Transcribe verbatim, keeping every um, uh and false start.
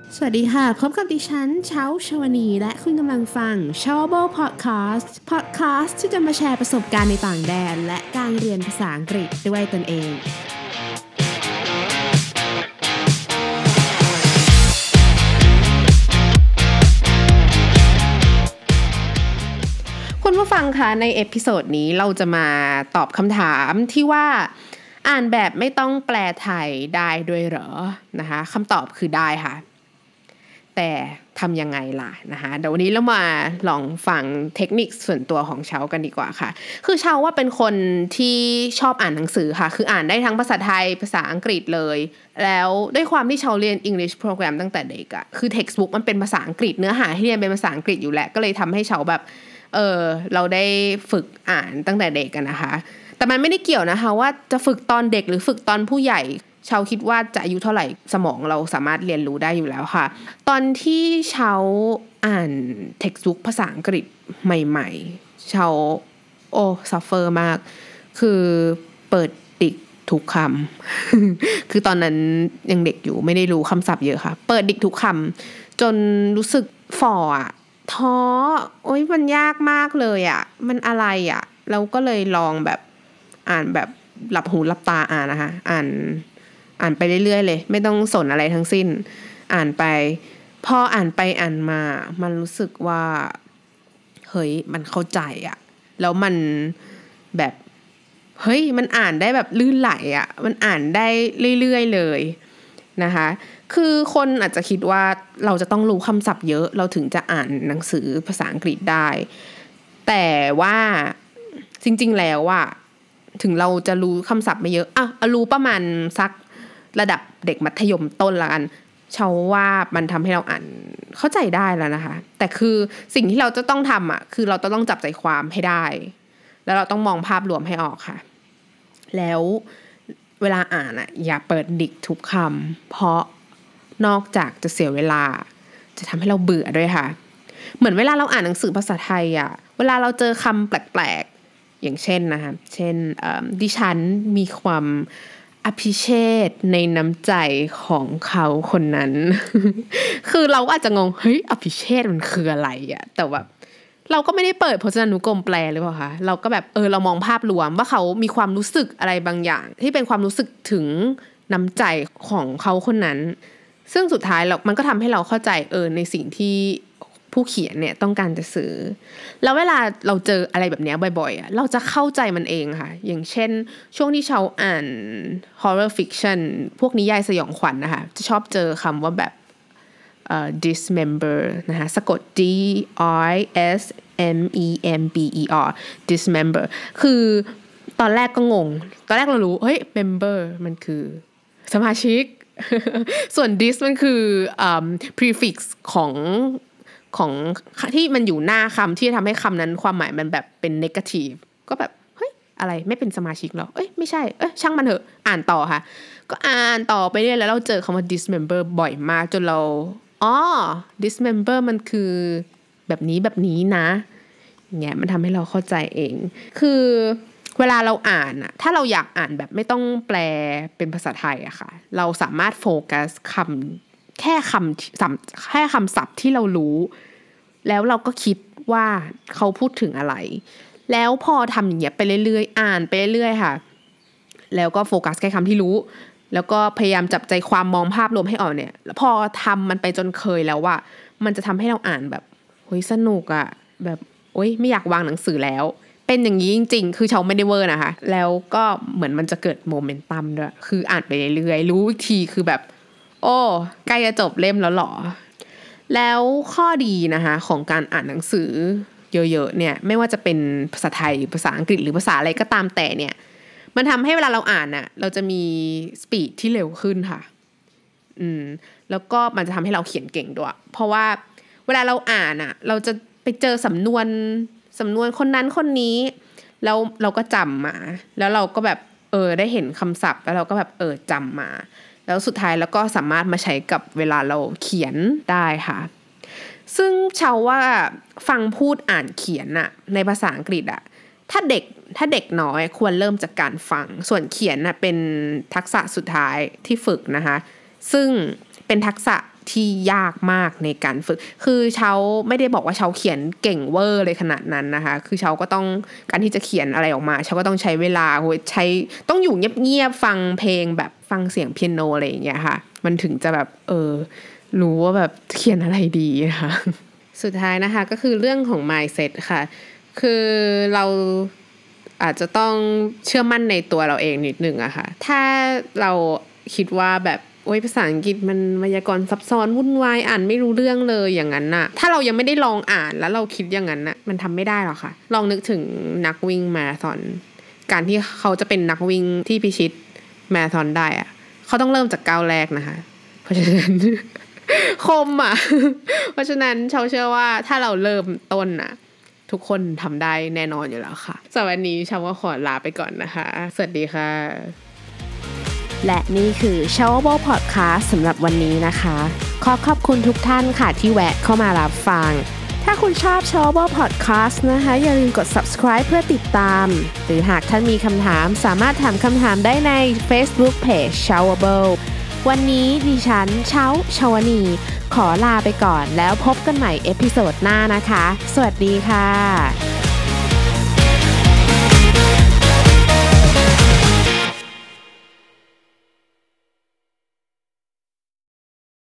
สวัสดีค่ะพบกับดิฉันเช้าชวนีและคุณกำลังฟัง Chowable Podcast Podcast ที่จะมาแชร์ประสบการณ์ในต่างแดนและการเรียนภาษาอังกฤษด้วยตนเองคุณผู้ฟังคะในเอพิโซดนี้เราจะมาตอบคำถามที่ว่าอ่านแบบไม่ต้องแปลไทยได้ด้วยเหรอนะคะคำตอบคือได้ค่ะแต่ทำยังไงล่ะนะคะเดี๋ยววันนี้เรามาลองฟังเทคนิคส่วนตัวของเชากันดีกว่าค่ะคือเชาว่าเป็นคนที่ชอบอ่านหนังสือค่ะคืออ่านได้ทั้งภาษาไทยภาษาอังกฤษเลยแล้วด้วยความที่เชาเรียน English Program ตั้งแต่เด็กอะคือ textbook มันเป็นภาษาอังกฤษเนื้อหาที่เรียนเป็นภาษาอังกฤษอยู่แล้วก็เลยทำให้เชาแบบเออเราได้ฝึกอ่านตั้งแต่เด็กกันนะคะแต่มันไม่ได้เกี่ยวนะคะว่าจะฝึกตอนเด็กหรือฝึกตอนผู้ใหญ่เชาคิดว่าจะอายุเท่าไหร่สมองเราสามารถเรียนรู้ได้อยู่แล้วค่ะตอนที่เชาอ่าน textbook ภาษาอังกฤษใหม่ๆเชาโอ้ซัฟเฟอร์มากคือเปิดดิกทุกคำ คือตอนนั้นยังเด็กอยู่ไม่ได้รู้คำศัพท์เยอะค่ะเปิดดิกทุกคำจนรู้สึกฝ่ออะท้อโอ๊ยมันยากมากเลยอ่ะมันอะไรอ่ะเราก็เลยลองแบบอ่านแบบหลับหูหลับตาอ่านนะคะอ่านอ่านไปเรื่อยๆเลยไม่ต้องสนอะไรทั้งสิ้นอ่านไปพออ่านไปอ่านมามันรู้สึกว่าเฮ้ยมันเข้าใจอ่ะแล้วมันแบบเฮ้ยมันอ่านได้แบบลื่นไหลอ่ะมันอ่านได้เรื่อยๆเลยนะคะคือคนอาจจะคิดว่าเราจะต้องรู้คำศัพท์เยอะเราถึงจะอ่านหนังสือภาษาอังกฤษได้แต่ว่าจริงๆแล้วอ่ะถึงเราจะรู้คำศัพท์ไม่เยอะอ่ะรู้ประมาณสักระดับเด็กมัธยมต้นละกันเชื่อว่ามันทำให้เราอ่านเข้าใจได้แล้วนะคะแต่คือสิ่งที่เราจะต้องทำอ่ะคือเราต้องจับใจความให้ได้แล้วเราต้องมองภาพรวมให้ออกค่ะแล้วเวลาอ่านอ่ะอย่าเปิดดิกทุกคำเพราะนอกจากจะเสียเวลาจะทำให้เราเบื่อด้วยค่ะเหมือนเวลาเราอ่านหนังสือภาษาไทยอ่ะเวลาเราเจอคำแปลกๆอย่างเช่นนะคะเช่นดิฉันมีความ appreciate ในน้ำใจของเขาคนนั้น คือเราอาจจะงงเฮ้ย appreciate มันคืออะไรอ่ะแต่แบบเราก็ไม่ได้เปิดพจนานุกรมแปลหรือเปล่าคะเราก็แบบเออเรามองภาพรวมว่าเขามีความรู้สึกอะไรบางอย่างที่เป็นความรู้สึกถึงน้ำใจของเขาคนนั้นซึ่งสุดท้ายเรามันก็ทำให้เราเข้าใจเออในสิ่งที่ผู้เขียนเนี่ยต้องการจะสื่อแล้วเวลาเราเจออะไรแบบนี้บ่อยๆอ่ะเราจะเข้าใจมันเองค่ะอย่างเช่นช่วงที่เชาอ่าน horror fiction พวกนิยายสยองขวัญ นะคะจะชอบเจอคำว่าแบบเอ่อ dismember นะคะสะกด D I S M E M B E R dismember คือตอนแรกก็งงตอนแรกเรารู้เฮ้ย member มันคือสมาชิก ส่วน dis มันคืออ่า prefix ของของที่มันอยู่หน้าคำที่ทำให้คำนั้นความหมายมันแบบเป็น negative ก็แบบเฮ้ยอะไรไม่เป็นสมาชิกหรอเอ้ยไม่ใช่เอ้ยช่างมันเถอะอ่านต่อค่ะก็อ่านต่อไปเรื่อยแล้วเราเจอคำว่า dismember บ่อยมากจนเราอ๋อ dismember มันคือแบบนี้แบบนี้นะเนี่ยมันทำให้เราเข้าใจเองคือเวลาเราอ่านอะถ้าเราอยากอ่านแบบไม่ต้องแปลเป็นภาษาไทยอะค่ะเราสามารถโฟกัสคำแค่คำแค่คำศัพท์ที่เรารู้แล้วเราก็คิดว่าเขาพูดถึงอะไรแล้วพอทำอย่างเงี้ยไปเรื่อยๆอ่านไปเรื่อยๆค่ะแล้วก็โฟกัสแค่คำที่รู้แล้วก็พยายามจับใจความมองภาพรวมให้ออกเนี่ยพอทำมันไปจนเคยแล้วว่ามันจะทำให้เราอ่านแบบเฮ้ยสนุกอะแบบโอ๊ยไม่อยากวางหนังสือแล้วเป็นอย่างนี้จริงๆคือเชาไม่ได้เวอร์นะคะแล้วก็เหมือนมันจะเกิดโมเมนตัมด้วยคืออ่านไปเรื่อยๆรู้อีกทีคือแบบโอ้ใกล้จะจบเล่มแล้วหรอแล้วข้อดีนะคะของการอ่านหนังสือเยอะๆเนี่ยไม่ว่าจะเป็นภาษาไทยภาษาอังกฤษหรือภาษาอะไรก็ตามแต่เนี่ยมันทำให้เวลาเราอ่านน่ะเราจะมีสปีดที่เร็วขึ้นค่ะอืมแล้วก็มันจะทำให้เราเขียนเก่งด้วยเพราะว่าเวลาเราอ่านน่ะเราจะไปเจอสำนวนสำนวนคนนั้นคนนี้แล้วเราก็จำมาแล้วเราก็แบบเออได้เห็นคำศัพท์แล้วเราก็แบบเออจำมาแล้วสุดท้ายแล้วก็สามารถมาใช้กับเวลาเราเขียนได้ค่ะซึ่งเชาว่าฟังพูดอ่านเขียนน่ะในภาษาอังกฤษอะถ้าเด็กถ้าเด็กน้อยควรเริ่มจากการฟังส่วนเขียนน่ะเป็นทักษะสุดท้ายที่ฝึกนะคะซึ่งเป็นทักษะที่ยากมากในการฝึกคือเชาไม่ได้บอกว่าเชาเขียนเก่งเวอร์เลยขนาดนั้นนะคะคือเชาก็ต้องการที่จะเขียนอะไรออกมาเชาก็ต้องใช้เวลาใช้ต้องอยู่เงียบๆฟังเพลงแบบฟังเสียงเปียโนอะไรอย่างเงี้ยค่ะมันถึงจะแบบเออรู้ว่าแบบเขียนอะไรดีนะคะสุดท้ายนะคะก็คือเรื่องของ mindset ค่ะคือเราอาจจะต้องเชื่อมั่นในตัวเราเองนิดนึงอะค่ะถ้าเราคิดว่าแบบโอ๊ยภาษาอังกฤษมันไวยากรณ์ซับซ้อนวุ่นวายอ่านไม่รู้เรื่องเลยอย่างนั้นน่ะถ้าเรายังไม่ได้ลองอ่านแล้วเราคิดอย่างนั้นน่ะมันทำไม่ได้หรอกค่ะลองนึกถึงนักวิ่งมาราธอนการที่เขาจะเป็นนักวิ่งที่พิชิตมาราธอนได้อะเขาต้องเริ่มจากก้าวแรกนะคะเพราะฉะนั้นคมอ่ะเพราะฉะนั้นเชาเชื่อว่าถ้าเราเริ่มต้นน่ะทุกคนทำได้แน่นอนอยู่แล้วค่ะสำหรับวันนี้เชาก็ขอลาไปก่อนนะคะสวัสดีค่ะและนี่คือ Showerable Podcast สำหรับวันนี้นะคะขอขอบคุณทุกท่านค่ะที่แวะเข้ามารับฟังถ้าคุณชอบ Showerable Podcast นะคะอย่าลืมกด Subscribe เพื่อติดตามหรือหากท่านมีคำถามสามารถถามคำถามได้ใน Facebook Page Showerable วันนี้ดิฉันเช้าชวนีขอลาไปก่อนแล้วพบกันใหม่เอพิโซดหน้านะคะสวัสดีค่ะ